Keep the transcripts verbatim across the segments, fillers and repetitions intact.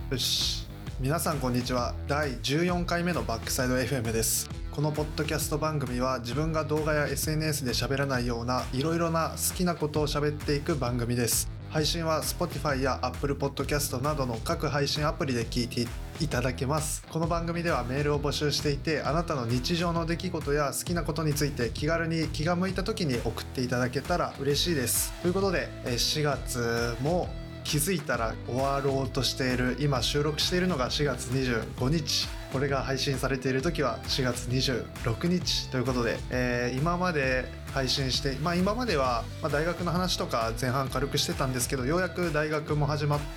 よし、皆さんこんにちは。だいじゅうよんかいめのバックサイド エフエム です。このポッドキャスト番組は自分が動画や エスエヌエス で喋らないようないろいろな好きなことを喋っていく番組です。配信は Spotify や Apple Podcast などの各配信アプリで聞いていただけます。この番組ではメールを募集していて、あなたの日常の出来事や好きなことについて気軽に気が向いた時に送っていただけたら嬉しいです。ということでしがつも気づいたら終わろうとしている、今収録しているのがしがつにじゅうごにち、これが配信されている時はしがつにじゅうろくにちということで、えー、今まで配信して、まあ今までは大学の話とか前半軽くしてたんですけど、ようやく大学も始まって、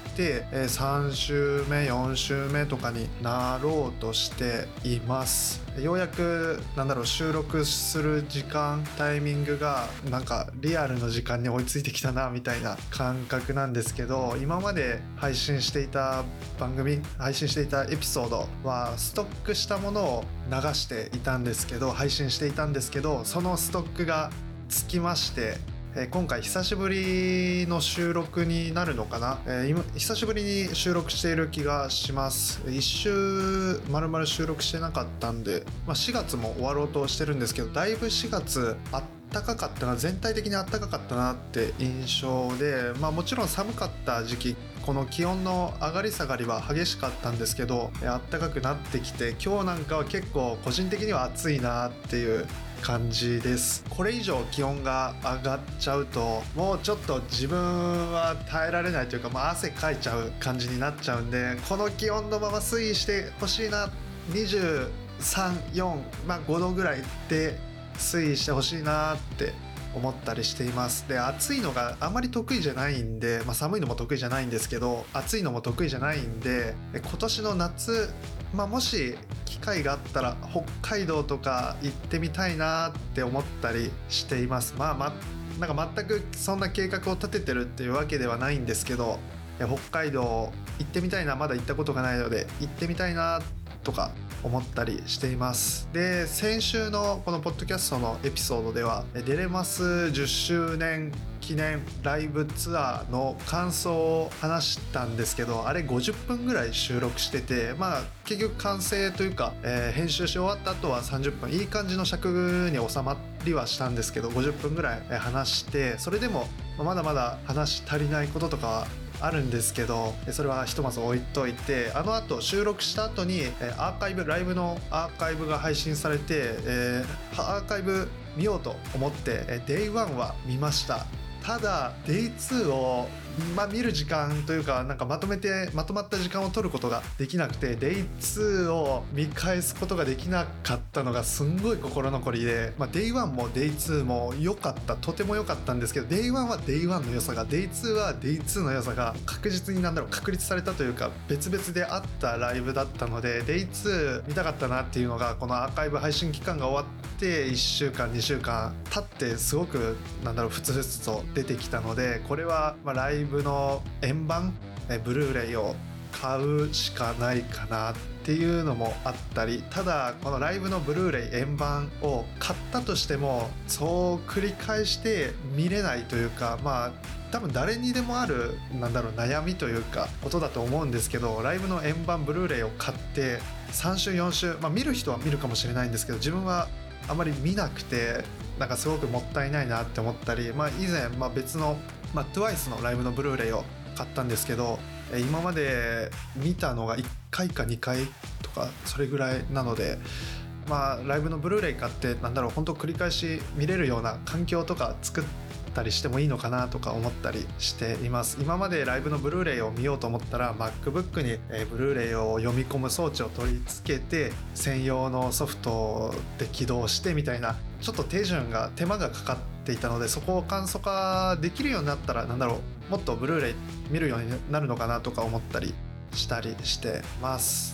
えー、さんしゅうめよんしゅうめとかになろうとしています。ようやくなんだろう収録する時間タイミングがなんかリアルの時間に追いついてきたなみたいな感覚なんですけど、今まで配信していた番組配信していたエピソードはストックしたものを流していたんですけど配信していたんですけどそのストックがつきまして、えー、今回久しぶりの収録になるのかな、えー、今久しぶりに収録している気がします。一週丸々収録してなかったんで、まあ、しがつも終わろうとしてるんですけど、だいぶしがつあったかかったな、全体的にあったかかったなって印象で、まあもちろん寒かった時期、この気温の上がり下がりは激しかったんですけど、あったかくなってきて、今日なんかは結構個人的には暑いなっていう感じです。これ以上気温が上がっちゃうともうちょっと自分は耐えられないというか、まあ、汗かいちゃう感じになっちゃうんで、この気温のまま推移してほしいな。にじゅうさん、よん、まあごどぐらいで推移してほしいなって思ったりしています。で、暑いのがあまり得意じゃないんで、まあ、寒いのも得意じゃないんですけど暑いのも得意じゃないんで、今年の夏、まあ、もし機会があったら北海道とか行ってみたいなって思ったりしています。まあ、まなんか全くそんな計画を立ててるっていうわけではないんですけど、北海道行ってみたいな、まだ行ったことがないので行ってみたいなとか思ったりしています。で、先週のこのポッドキャストのエピソードではデレマスじゅっしゅうねん記念ライブツアーの感想を話したんですけど、あれごじゅっぷんぐらい収録してて、まあ結局完成というか、えー、編集し終わった後はさんじゅっぷん、いい感じの尺に収まりはしたんですけど、ごじゅっぷんぐらい話して、それでもまだまだ話足りないこととかはあるんですけど、それはひとまず置いといて、あの後収録した後にアーカイブライブのアーカイブが配信されて、えー、アーカイブ見ようと思ってデイワンは見ました。ただデイツーを、まあ、見る時間というか、なんかまとめてまとまった時間を取ることができなくて、デイツーを見返すことができなかったのがすんごい心残りで、まあ、デイワンもデイツーも良かった、とても良かったんですけど、デイワンはデイワンの良さが、デイツーはデイツーの良さが確実になんだろう確立されたというか、別々であったライブだったので、デイツー見たかったなっていうのがこのアーカイブ配信期間が終わっていっしゅうかんにしゅうかん経ってすごくなんだろうふつふつと出てきたので、これはまあライブの円盤ブルーレイを買うしかないかなっていうのもあったり、ただこのライブのブルーレイ円盤を買ったとしてもそう繰り返して見れないというか、まあ多分誰にでもあるなんだろう悩みというかことだと思うんですけど、ライブの円盤ブルーレイを買ってさんしゅうよんしゅう、まあ見る人は見るかもしれないんですけど、自分はあまり見なくて、なんかすごくもったいないなって思ったり、まあ以前、まあ、別の、まあ、トゥワイス のライブのブルーレイを買ったんですけど、今まで見たのがいっかいかにかいとかそれぐらいなので、まあライブのブルーレイ買ってなんだろう本当繰り返し見れるような環境とか作ったりしてもいいのかなとか思ったりしています。今までライブのブルーレイを見ようと思ったら MacBook にブルーレイを読み込む装置を取り付けて専用のソフトで起動してみたいな、ちょっと手順が手間がかかっていたので、そこを簡素化できるようになったらなんだろうもっとブルーレイ見るようになるのかなとか思ったりしたりしてます。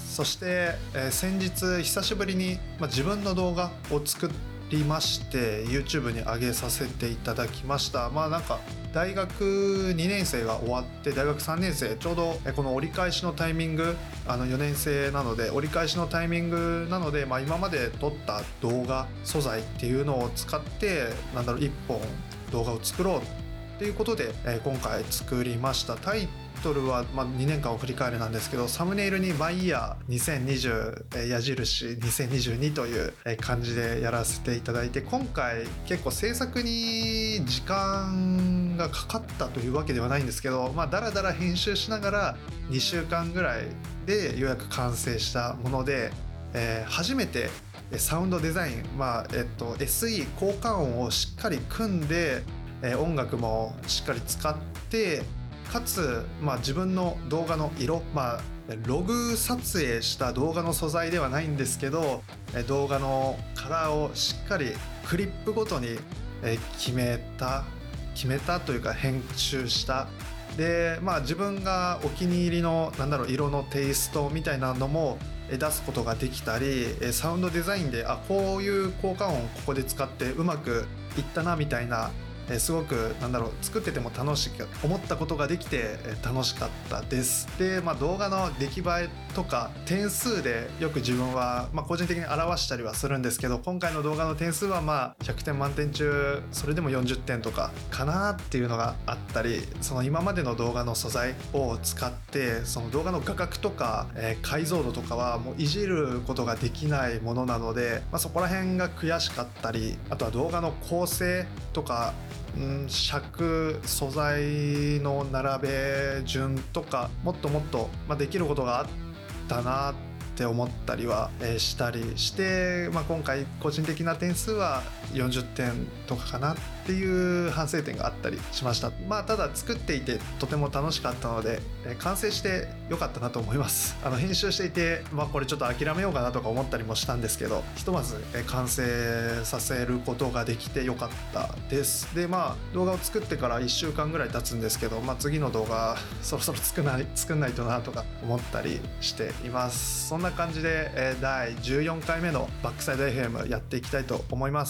そして、えー、先日久しぶりに、まあ、自分の動画を作りまして YouTube に上げさせていただきました。まあなんか大学にねん生が終わって大学さんねん生、ちょうどこの折り返しのタイミング、あのよねん生なので折り返しのタイミングなので、まあ、今まで撮った動画素材っていうのを使ってなんだろういっぽん動画を作ろうっっていうことで、えー、今回作りました。タイトルは、まあ、にねんかんを振り返るなんですけど、サムネイルにマイヤーにせんにじゅう、えー、矢印にせんにじゅうにという感じでやらせていただいて、今回結構制作に時間がかかったというわけではないんですけど、まあ、だらだら編集しながらにしゅうかんぐらいでようやく完成したもので、えー、初めてサウンドデザイン、まあえっと、エスイー 効果音をしっかり組んで、えー、音楽もしっかり使って、かつ、まあ、自分の動画の色、まあ、ログ撮影した動画の素材ではないんですけど、動画のカラーをしっかりクリップごとに決めた決めたというか編集した。で、まあ、自分がお気に入りのなんだろう色のテイストみたいなのも出すことができたり、サウンドデザインであこういう効果音ここで使ってうまくいったなみたいな、すごくなんだろう作ってても楽しく思ったことができて楽しかったです。で、まあ、動画の出来栄えとか点数でよく自分は、まあ、個人的に表したりはするんですけど、今回の動画の点数はまあひゃくてん満点中それでもよんじゅってんとかかなっていうのがあったり、その今までの動画の素材を使ってその動画の画角とか、えー、解像度とかはもういじることができないものなので、まあ、そこら辺が悔しかったり、あとは動画の構成とかうん、尺素材の並べ順とかもっともっと、まあ、できることがあったなって思ったりは、えー、したりして、まあ、今回個人的な点数はよんじゅってんとかかなっていう反省点があったりしました。まあただ作っていてとても楽しかったので、えー、完成してよかったなと思います。あの編集していて、まあ、これちょっと諦めようかなとか思ったりもしたんですけど、ひとまず、えー、完成させることができてよかったです。で、まあ動画を作ってからいっしゅうかんぐらい経つんですけど、まあ、次の動画そろそろ作んない作んないとなとか思ったりしています。そんな感じで、えー、だいじゅうよんかいめのバックサイド エフエム やっていきたいと思います。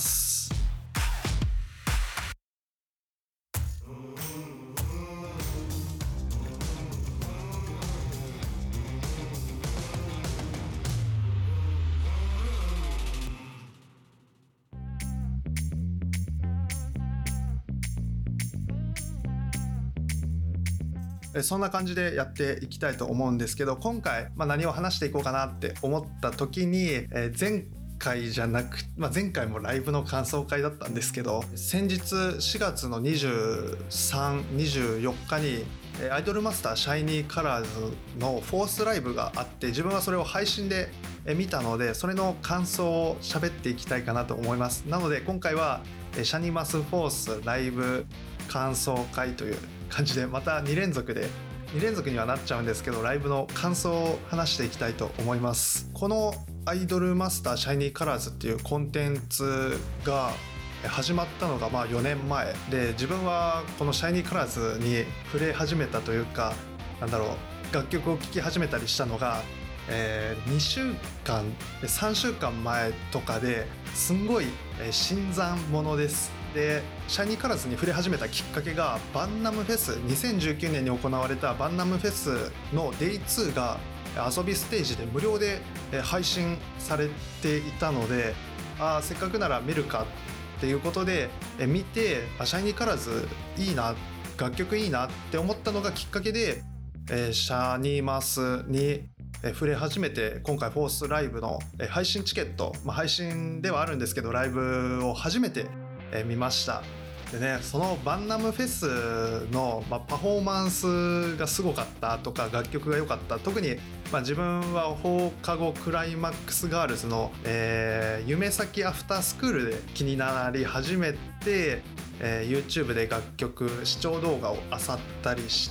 そんな感じでやっていきたいと思うんですけど、今回、まあ、何を話していこうかなって思った時に、えー、前回じゃなく、まあ、前回もライブの感想会だったんですけど、先日しがつのにじゅうさん、にじゅうよっかにアイドルマスターシャイニーカラーズのフォースライブがあって、自分はそれを配信で見たので、それの感想を喋っていきたいかなと思います。なので今回はシャニマスフォースライブ感想会という感じで、またにれんぞくでにれんぞくにはなっちゃうんですけど、ライブの感想を話していきたいと思います。このアイドルマスターシャイニーカラーズっていうコンテンツが始まったのがまあよねんまえで、自分はこのシャイニーカラーズに触れ始めたというか、なんだろう楽曲を聴き始めたりしたのが、えー、にしゅうかんさんしゅうかんまえとかですんごい新参者です。でシャイニーカラーズに触れ始めたきっかけがバンナムフェス、にせんじゅうきゅうねんに行われたバンナムフェスの デイツー が遊びステージで無料で配信されていたので、あせっかくなら見るかっていうことで見て、シャイニーカラーズいいな、楽曲いいなって思ったのがきっかけで、シャニマスに触れ始めて、今回フォースライブの配信チケット、まあ、配信ではあるんですけどライブを初めて見ました。でね、そのバンナムフェスの、まあ、パフォーマンスがすごかったとか楽曲が良かった、特に、まあ、自分は放課後クライマックスガールズの、えー、夢咲アフタースクールで気になり始めて、えー、YouTube で楽曲視聴動画を漁ったりして、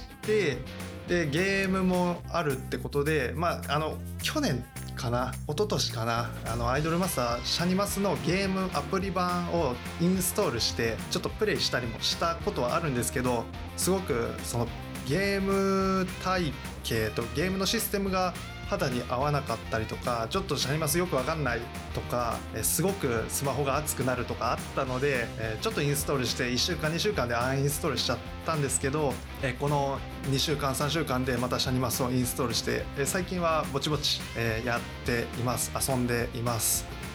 でゲームもあるってことで、まああの去年かな一昨年かなあのアイドルマスターシャニマスのゲームアプリ版をインストールしてちょっとプレイしたりもしたことはあるんですけど、すごくそのゲーム体系とゲームのシステムが肌に合わなかったりとか、ちょっとシャニマスよくわかんないとか、すごくスマホが熱くなるとかあったので、ちょっとインストールしていっしゅうかんにしゅうかんでアンインストールしちゃったんですけど、このにしゅうかんさんしゅうかんでまたシャニマスをインストールして、最近はぼちぼちやっています。遊んでいます。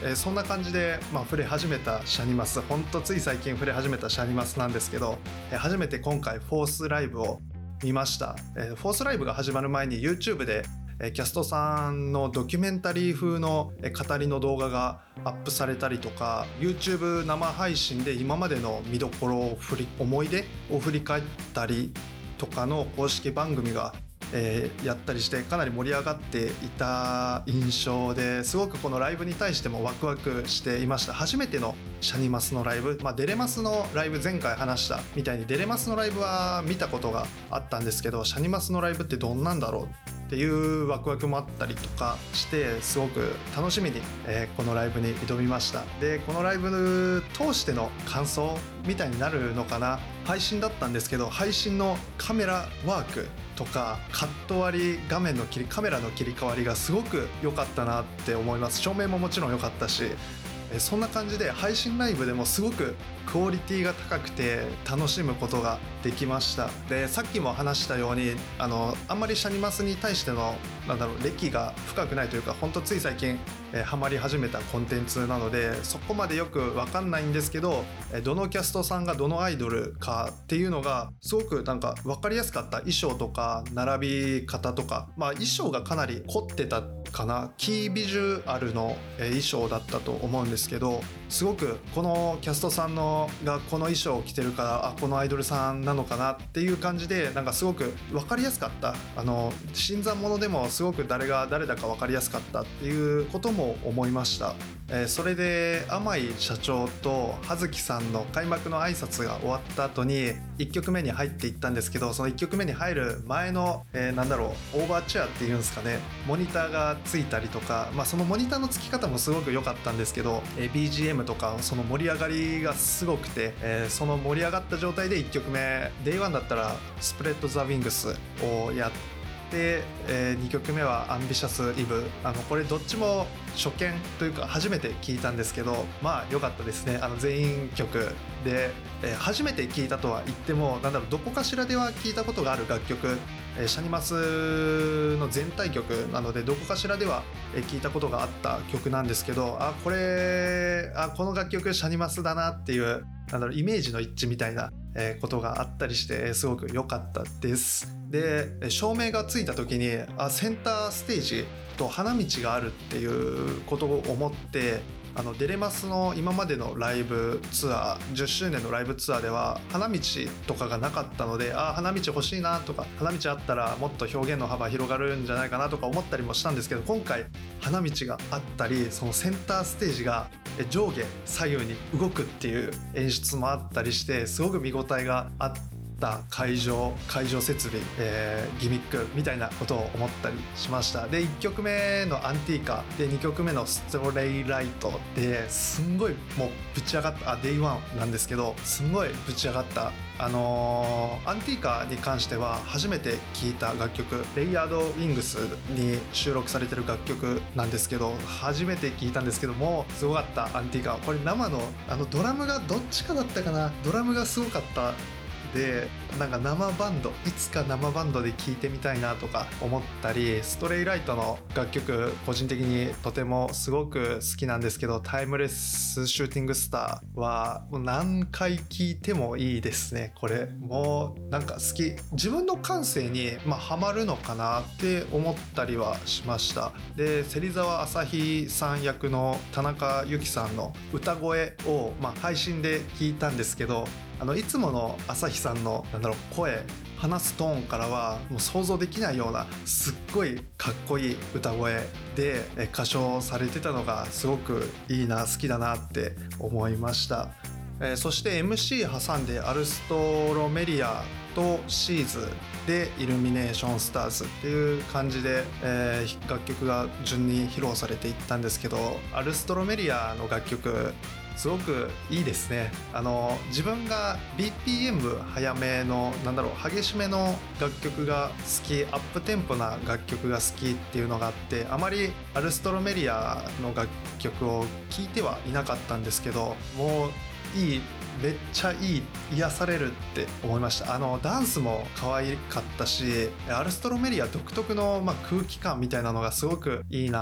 えー、そんな感じで、まあ、触れ始めたシャニマス、ほんとつい最近触れ始めたシャニマスなんですけど、えー、初めて今回フォースライブを見ました。えー、フォースライブが始まる前に YouTube でキャストさんのドキュメンタリー風の語りの動画がアップされたりとか、 YouTube 生配信で今までの見どころを振り思い出を振り返ったりとかの公式番組がえー、やったりしてかなり盛り上がっていた印象で、すごくこのライブに対してもワクワクしていました。初めてのシャニマスのライブ、まあ、デレマスのライブ前回話したみたいにデレマスのライブは見たことがあったんですけど、シャニマスのライブってどんなんだろうっていうワクワクもあったりとかして、すごく楽しみに、えー、このライブに挑みました。でこのライブ通しての感想みたいになるのかな。配信だったんですけど、配信のカメラワークとかカット割り、画面の切りカメラの切り替わりがすごく良かったなって思います。照明ももちろん良かったし、そんな感じで配信ライブでもすごくクオリティが高くて楽しむことができました。でさっきも話したように、あのあんまりシャニマスに対してのなんだろう歴が深くないというか、ほんとつい最近えー、ハマり始めたコンテンツなので、そこまでよく分かんないんですけど、えー、どのキャストさんがどのアイドルかっていうのがすごくなんか分かりやすかった。衣装とか並び方とか、まあ衣装がかなり凝ってたかな。キービジュアルの、えー、衣装だったと思うんですけど、すごくこのキャストさんのがこの衣装を着てるから、あこのアイドルさんなのかなっていう感じで、なんかすごく分かりやすかった。あの新参者でもすごく誰が誰だか分かりやすかったっていうことも思いました。えー、それで甘井社長と葉月さんの開幕の挨拶が終わった後にいっきょくめに入っていったんですけど、そのいっきょくめに入る前の、えー、なんだろうオーバーチェアっていうんですかね、モニターがついたりとか、まあ、そのモニターのつき方もすごく良かったんですけど、えー、ビージーエム とかその盛り上がりがすごくて、えー、その盛り上がった状態でいっきょくめ デイワン だったらスプレッド・ザ・ウィングスをやってで、えー、にきょくめはアンビシャスイブ。あのこれどっちも初見というか初めて聞いたんですけど、まあ良かったですね。あの全員曲で、えー、初めて聞いたとは言っても、なんだろうどこかしらでは聞いたことがある楽曲、えー、シャニマスの全体曲なのでどこかしらでは聞いたことがあった曲なんですけど、あこれあこの楽曲シャニマスだなっていうなんだろうイメージの一致みたいなことがあったりしてすごく良かったです。で照明がついた時にあセンターステージと花道があるっていうことを思って、あのデレマスの今までのライブツアーじゅっしゅうねんのライブツアーでは花道とかがなかったので、あ花道欲しいなとか、花道あったらもっと表現の幅広がるんじゃないかなとか思ったりもしたんですけど、今回花道があったり、そのセンターステージが上下左右に動くっていう演出もあったりして、すごく見応えがあって会場会場設備、えー、ギミックみたいなことを思ったりしました。でいっきょくめのアンティーカでにきょくめのストレイライトですんごいもうぶち上がったあデイワンなんですけど、すんごいぶち上がったあのー、アンティーカに関しては初めて聴いた楽曲、レイヤードウィングスに収録されてる楽曲なんですけど、初めて聴いたんですけどもすごかったアンティーカ。これ生のあのドラムがどっちかだったかな、ドラムがすごかったで、なんか生バンドいつか生バンドで聴いてみたいなとか思ったり、ストレイライトの楽曲個人的にとてもすごく好きなんですけど、タイムレスシューティングスターはもう何回聴いてもいいですね。これもうなんか好き、自分の感性にまあハマるのかなって思ったりはしました。で芹沢朝日さん役の田中由紀さんの歌声をまあ配信で聞いたんですけど、あのいつもの朝日さんのなんだろう声話すトーンからはもう想像できないようなすっごいかっこいい歌声で歌唱されてたのがすごくいいな、好きだなって思いました。えー、そして エムシー 挟んでアルストロメリアとシーズでイルミネーションスターズっていう感じで、えー、楽曲が順に披露されていったんですけど、アルストロメリアの楽曲すごくいいですね。あの自分が ビーピーエム 早めのなんだろう激しめの楽曲が好き、アップテンポな楽曲が好きっていうのがあって、あまりアルストロメリアの楽曲を聴いてはいなかったんですけど、もういいめっちゃいい、癒されるって思いました。あのダンスも可愛かったし、アルストロメリア独特の、まあ、空気感みたいなのがすごくいいなっ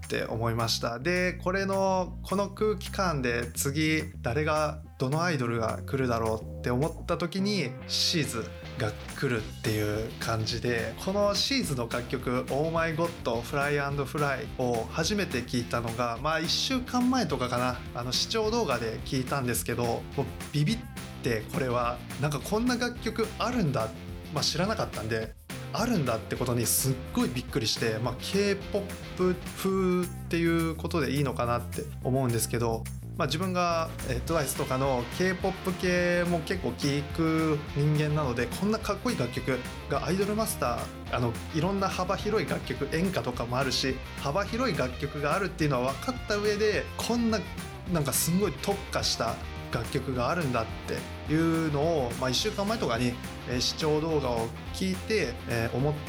って思いました。でこれのこの空気感で次誰がどのアイドルが来るだろうって思った時にシーズが来るっていう感じで、このシーズの楽曲 Oh My God Fly and Fly を初めて聞いたのがまあいっしゅうかんまえとかかな。あの視聴動画で聞いたんですけど、もうビビってこれはなんかこんな楽曲あるんだ、まあ、知らなかったんであるんだってことにすっごいびっくりして、まあ、K-ポップ 風っていうことでいいのかなって思うんですけど、まあ、自分が トゥワイス とかの K-ポップ 系も結構聴く人間なので、こんなかっこいい楽曲がアイドルマスター、あのいろんな幅広い楽曲、演歌とかもあるし幅広い楽曲があるっていうのは分かった上で、こんななんかすごい特化した楽曲があるんだっていうのを、まあ、いっしゅうかんまえとかに、えー、視聴動画を聞いて、えー、思って、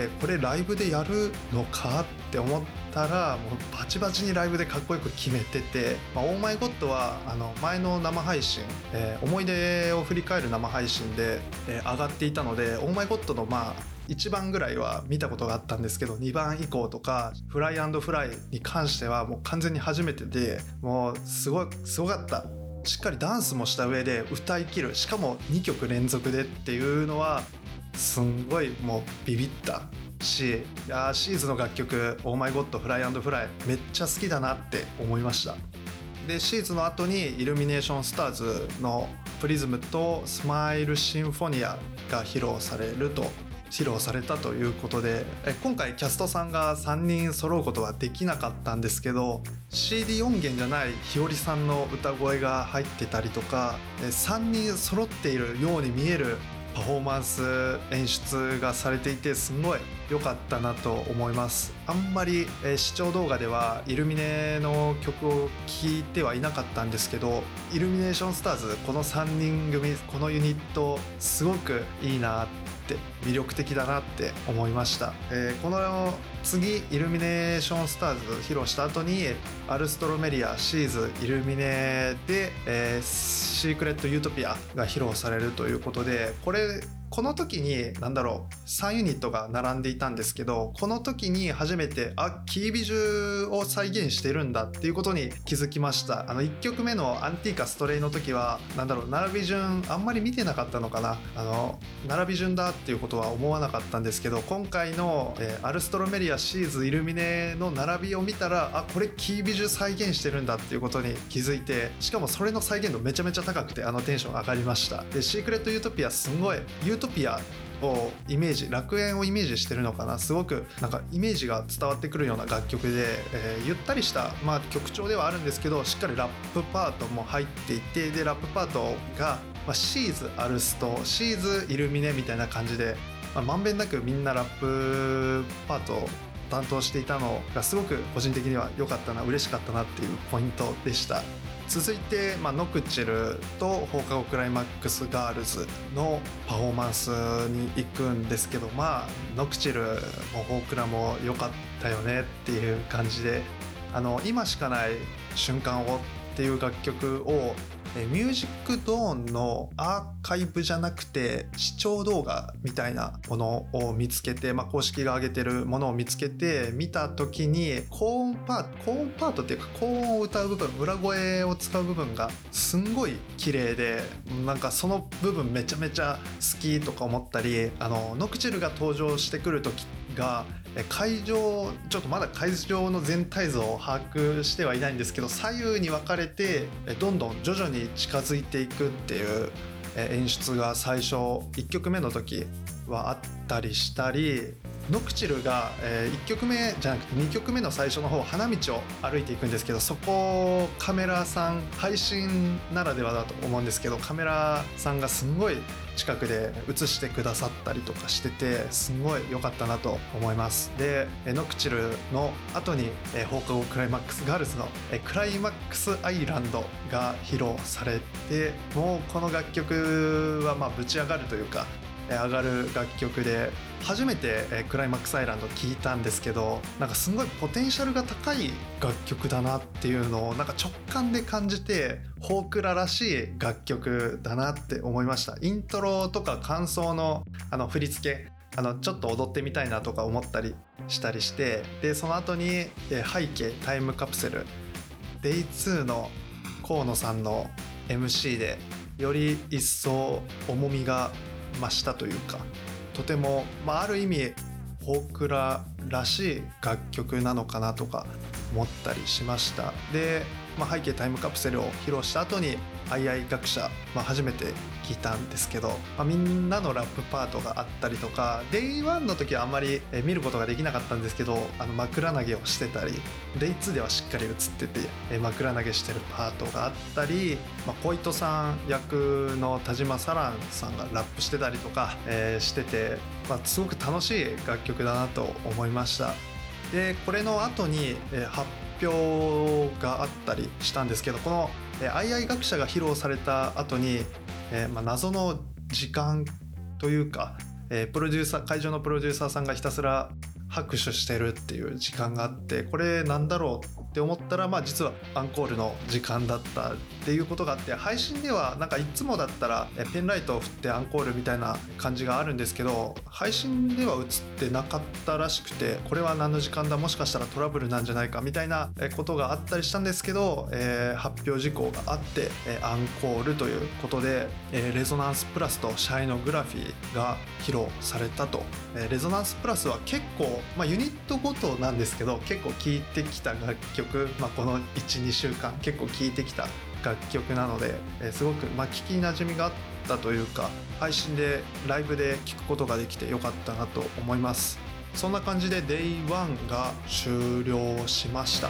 これライブでやるのかって思ったらもうバチバチにライブでかっこよく決めてて、まあ、オーマイゴッドはあの前の生配信、えー、思い出を振り返る生配信で、えー、上がっていたので、オーマイゴッドのまあいちばんぐらいは見たことがあったんですけど、にばん以降とかフライ&フライに関してはもう完全に初めてで、もうすごいすごかった。しっかりダンスもした上で歌い切る、しかもにきょく連続でっていうのはすんごいもうビビったし、いやシーズの楽曲 Oh My God Fly and Fly めっちゃ好きだなって思いました。でシーズの後にイルミネーションスターズのプリズムとスマイルシンフォニアが披露されると披露されたということで、え今回キャストさんがさんにん揃うことはできなかったんですけど、 シーディー 音源じゃないひよりさんの歌声が入ってたりとか、さんにん揃っているように見えるパフォーマンス演出がされていてすごい良かったなと思います。あんまり、えー、視聴動画ではイルミネの曲を聴いてはいなかったんですけど、イルミネーションスターズこのさんにん組、このユニットすごくいいなって魅力的だなって思いました。えー、この次イルミネーションスターズ披露した後にアルストロメリアシーズイルミネで、えー、シークレットユートピアが披露されるということで、これこの時に何だろうさんユニットが並んでいたんですけど、この時に初めてあキービジュを再現してるんだっていうことに気づきました。あのいっきょくめのアンティーカストレイの時は何だろう並び順あんまり見てなかったのかな、あの並び順だっていうことは思わなかったんですけど、今回の、えー、アルストロメリアシーズイルミネの並びを見たらあこれキービジュ再現してるんだっていうことに気づいて、しかもそれの再現度めちゃめちゃ高くてあのテンション上がりました。でシークレットユートピアすんごいユートピアをイメージ楽園をイメージしてるのかな、すごくなんかイメージが伝わってくるような楽曲で、えー、ゆったりした、まあ、曲調ではあるんですけどしっかりラップパートも入っていて、でラップパートが、まあ、シーズアルストシーズイルミネみたいな感じで、まあ、まんべんなくみんなラップパートを担当していたのがすごく個人的には良かったな、嬉しかったなっていうポイントでした。続いて、まあ、ノクチルと放課後クライマックスガールズのパフォーマンスに行くんですけど、まあノクチルもフォークラも良かったよねっていう感じで、あの今しかない瞬間をっていう楽曲をミュージックドーンのアーカイブじゃなくて視聴動画みたいなものを見つけて、まあ、公式が上げてるものを見つけて見た時に高音パート高音パートっていうか高音を歌う部分、裏声を使う部分がすんごい綺麗で、なんかその部分めちゃめちゃ好きとか思ったり、あのノクチルが登場してくる時が会場ちょっとまだ会場の全体像を把握してはいないんですけど、左右に分かれてどんどん徐々に近づいていくっていう演出が最初いっきょくめの時はあったりしたり、ノクチルがいっきょくめじゃなくてにきょくめの最初の方花道を歩いていくんですけど、そこをカメラさん配信ならではだと思うんですけど、カメラさんがすんごい近くで映してくださったりとかしててすんごい良かったなと思います。でノクチルの後に放課後クライマックスガールズのクライマックスアイランドが披露されて、もうこの楽曲はまあぶち上がるというか上がる楽曲で、初めてクライマックスアイランド聴いたんですけど、なんかすごいポテンシャルが高い楽曲だなっていうのをなんか直感で感じて、フォークラらしい楽曲だなって思いました。イントロとか感想のあの振り付けあのちょっと踊ってみたいなとか思ったりしたりして、でその後に、えー、背景タイムカプセル デイツー の河野さんの エムシー でより一層重みが増したというか、とても、まあ、ある意味フォークラらしい楽曲なのかなとか思ったりしました。で、まあ、背景タイムカプセルを披露した後にアイアイ学者、まあ、初めて聞いたんですけど、まあ、みんなのラップパートがあったりとか、デイワンの時はあんまり見ることができなかったんですけど、あの枕投げをしてたり、デイツーではしっかり映ってて枕投げしてるパートがあったり、まあ、小糸さん役の田島サランさんがラップしてたりとか、えー、してて、まあ、すごく楽しい楽曲だなと思いました。でこれの後に、えー、発表があったりしたんですけど、このえー、アイアイ学者が披露された後に、えーまあ、謎の時間というか、えー、プロデューサー会場のプロデューサーさんがひたすら拍手してるっていう時間があって、これなんだろうって思ったら、まあ、実はアンコールの時間だったっていうことがあって、配信ではなんかいつもだったらペンライトを振ってアンコールみたいな感じがあるんですけど、配信では映ってなかったらしくて、これは何の時間だ、もしかしたらトラブルなんじゃないかみたいなことがあったりしたんですけど、えー、発表事項があって、えー、アンコールということで、えー、レゾナンスプラスとシャイノグラフィーが披露されたと。えー、レゾナンスプラスは結構、まあ、ユニットごとなんですけど結構聴いてきた楽曲、まあ、この いちにしゅうかん結構聴いてきた楽曲なので、えー、すごく、まあ、聞きなじみがあったというか、配信でライブで聴くことができてよかったなと思います。そんな感じで デイワン が終了しました。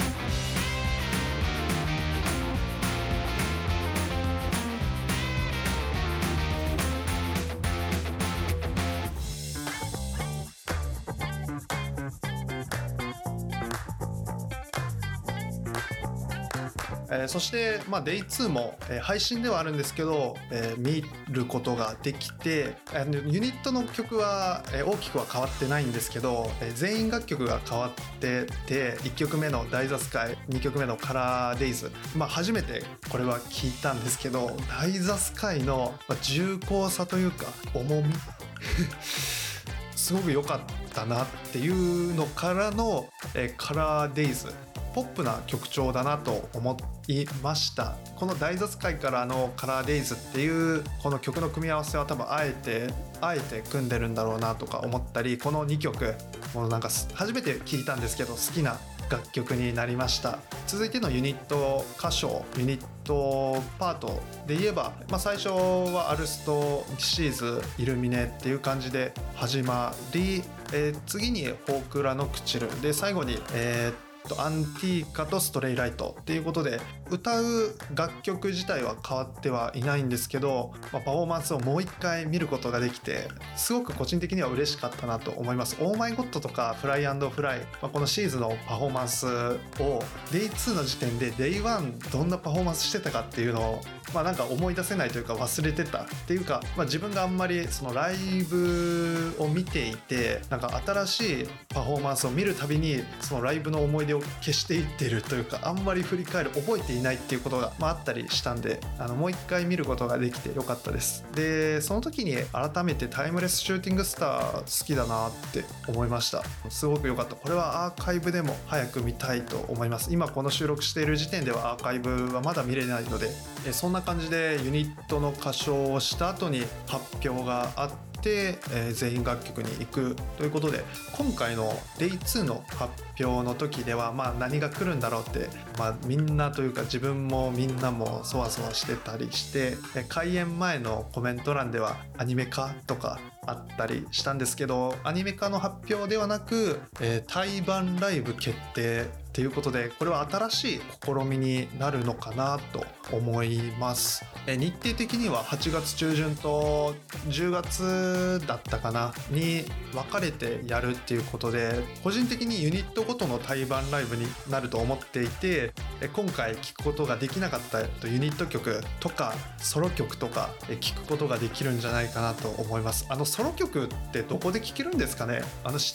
えー、そして、まあ、デイツー も、えー、配信ではあるんですけど、えー、見ることができて、あのユニットの曲は、えー、大きくは変わってないんですけど、えー、全員楽曲が変わってて、いっきょくめのダイザスカイ、にきょくめのカラーデイズ、まあ、初めてこれは聞いたんですけど、ダイザスカイの、まあ、重厚さというか重みすごく良かったなっていうのからの、えー、カラーデイズ、ポップな曲調だなと思いました。このダイザスカイからのカラーデイズっていうこの曲の組み合わせは多分あえてあえて組んでるんだろうなとか思ったり、このにきょくもうなんか初めて聴いたんですけど好きな楽曲になりました。続いてのユニット歌唱、ユニットパートで言えば、まあ、最初はアルスト、シーズ、イルミネっていう感じで始まり、えー、次にフォークラノクチルで、最後に、えーアンティーカとストレイライトっていうことで、歌う楽曲自体は変わってはいないんですけど、まあ、パフォーマンスをもう一回見ることができてすごく個人的には嬉しかったなと思います。オーマイゴッドとかフライ&フライ、まあ、このシーズンのパフォーマンスを デイツー の時点で デイワン どんなパフォーマンスしてたかっていうのを、まあ、なんか思い出せないというか忘れてたっていうか、まあ、自分があんまりそのライブを見ていて、なんか新しいパフォーマンスを見るたびにそのライブの思い出を消していってるというか、あんまり振り返る覚えていないっていうことが、まあ、あったりしたんで、あのもう一回見ることができてよかったです。でその時に改めてタイムレスシューティングスター好きだなって思いました。すごく良かった。これはアーカイブでも早く見たいと思います。今この収録している時点ではアーカイブはまだ見れないので、えそんな感じでユニットの歌唱をした後に発表があって、えー、全員楽曲に行くということで、今回の デイツー の発表の時では、まあ、何が来るんだろうって、まあ、みんなというか自分もみんなもそわそわしてたりして、開演前のコメント欄ではアニメ化とかあったりしたんですけど、アニメ化の発表ではなく、えー、対バンライブ決定っていうことで、これは新しい試みになるのかなと思います。え日程的にははちがつ中旬とじゅうがつだったかなに分かれてやるっていうことで、個人的にユニットごとの対バンライブになると思っていて、今回聴くことができなかったユニット曲とかソロ曲とか聴くことができるんじゃないかなと思います。あのソロ曲ってどこで聴けるんですかね。あの視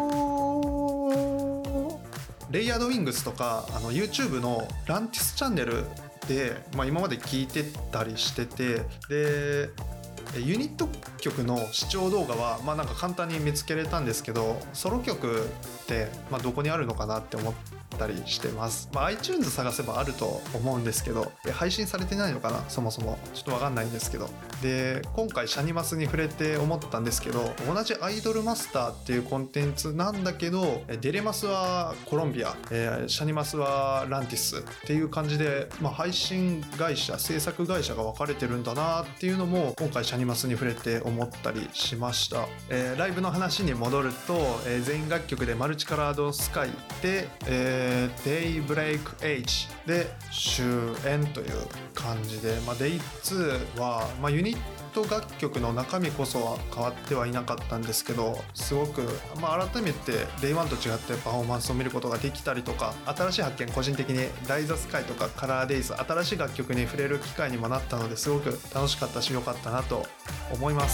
聴レイヤードウィングスとかあの YouTube のランティスチャンネルで、まあ、今まで聞いてたりしてて、でユニット曲の視聴動画はまあなんか簡単に見つけれたんですけど、ソロ曲ってまあどこにあるのかなって思ったりしてます。まあ iTunes 探せばあると思うんですけど、配信されてないのかな、そもそもちょっと分かんないんですけど。で今回シャニマスに触れて思ったんですけど、同じアイドルマスターっていうコンテンツなんだけど、デレマスはコロンビア、えー、シャニマスはランティスっていう感じで、まあ、配信会社制作会社が分かれてるんだなっていうのも今回シャニマスに触れて思ったりしました。えー、ライブの話に戻ると、えー、全員楽曲でマルチカラードスカイで、えー、デイブレイクエイジで終演という感じで、まあ、デイツーは、まあ、ユニット楽曲の中身こそは変わってはいなかったんですけど、すごく、まあ、改めてデイワンと違ってパフォーマンスを見ることができたりとか、新しい発見、個人的にダイザスカイとかカラーデイズ、新しい楽曲に触れる機会にもなったので、すごく楽しかったし良かったなと思います。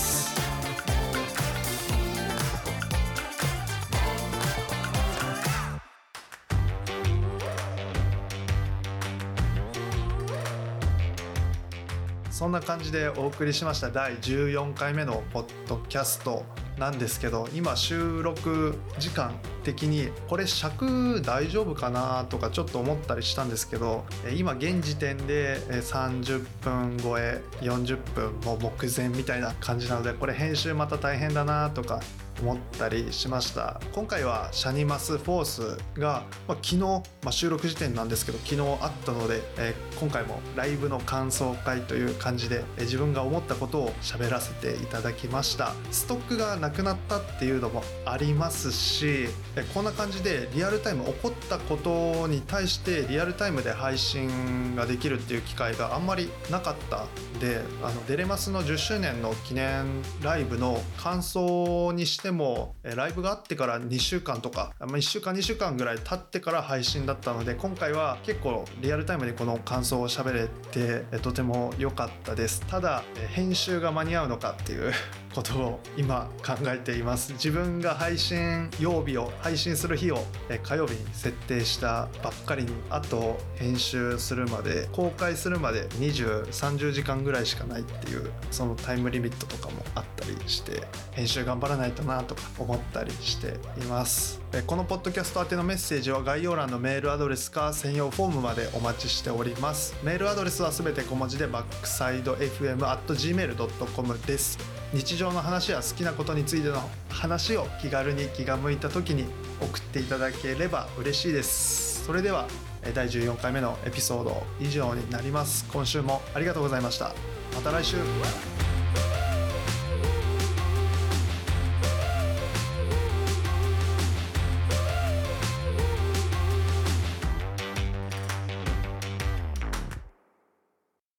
そんな感じでお送りしましただいじゅうよんかいめのポッドキャストなんですけど、今収録時間的にこれ尺大丈夫かなとかちょっと思ったりしたんですけど、今現時点でさんじゅっぷん超え、よんじゅっぷんも目前みたいな感じなので、これ編集また大変だなとか思ったりしました。今回はシャニマスフォースが、まあ、昨日、まあ、収録時点なんですけど昨日あったので、えー、今回もライブの感想会という感じで、えー、自分が思ったことを喋らせていただきました。ストックがなくなったっていうのもありますし、えー、こんな感じでリアルタイム起こったことに対してリアルタイムで配信ができるっていう機会があんまりなかったで、あのデレマスのじゅっしゅうねんの記念ライブの感想にしてもライブがあってからにしゅうかんとか、まあ、いっしゅうかんにしゅうかんぐらい経ってから配信だったので、今回は結構リアルタイムでこの感想を喋れてとても良かったです。ただ編集が間に合うのかっていうことを今考えています。自分が配信曜日を配信する日を火曜日に設定したばっかりに、あと編集するまで公開するまでにじゅう、さんじゅうじかんぐらいしかないっていう、そのタイムリミットとかもあったりして、編集頑張らないとなとか思ったりしています。このポッドキャスト宛てのメッセージは概要欄のメールアドレスか専用フォームまでお待ちしております。メールアドレスはすべて小文字でバックサイド エフエム アット ジーメール ドット コム です。日常の話や好きなことについての話を気軽に気が向いた時に送っていただければ嬉しいです。それではだいじゅうよんかいめのエピソード以上になります。今週もありがとうございました。また来週。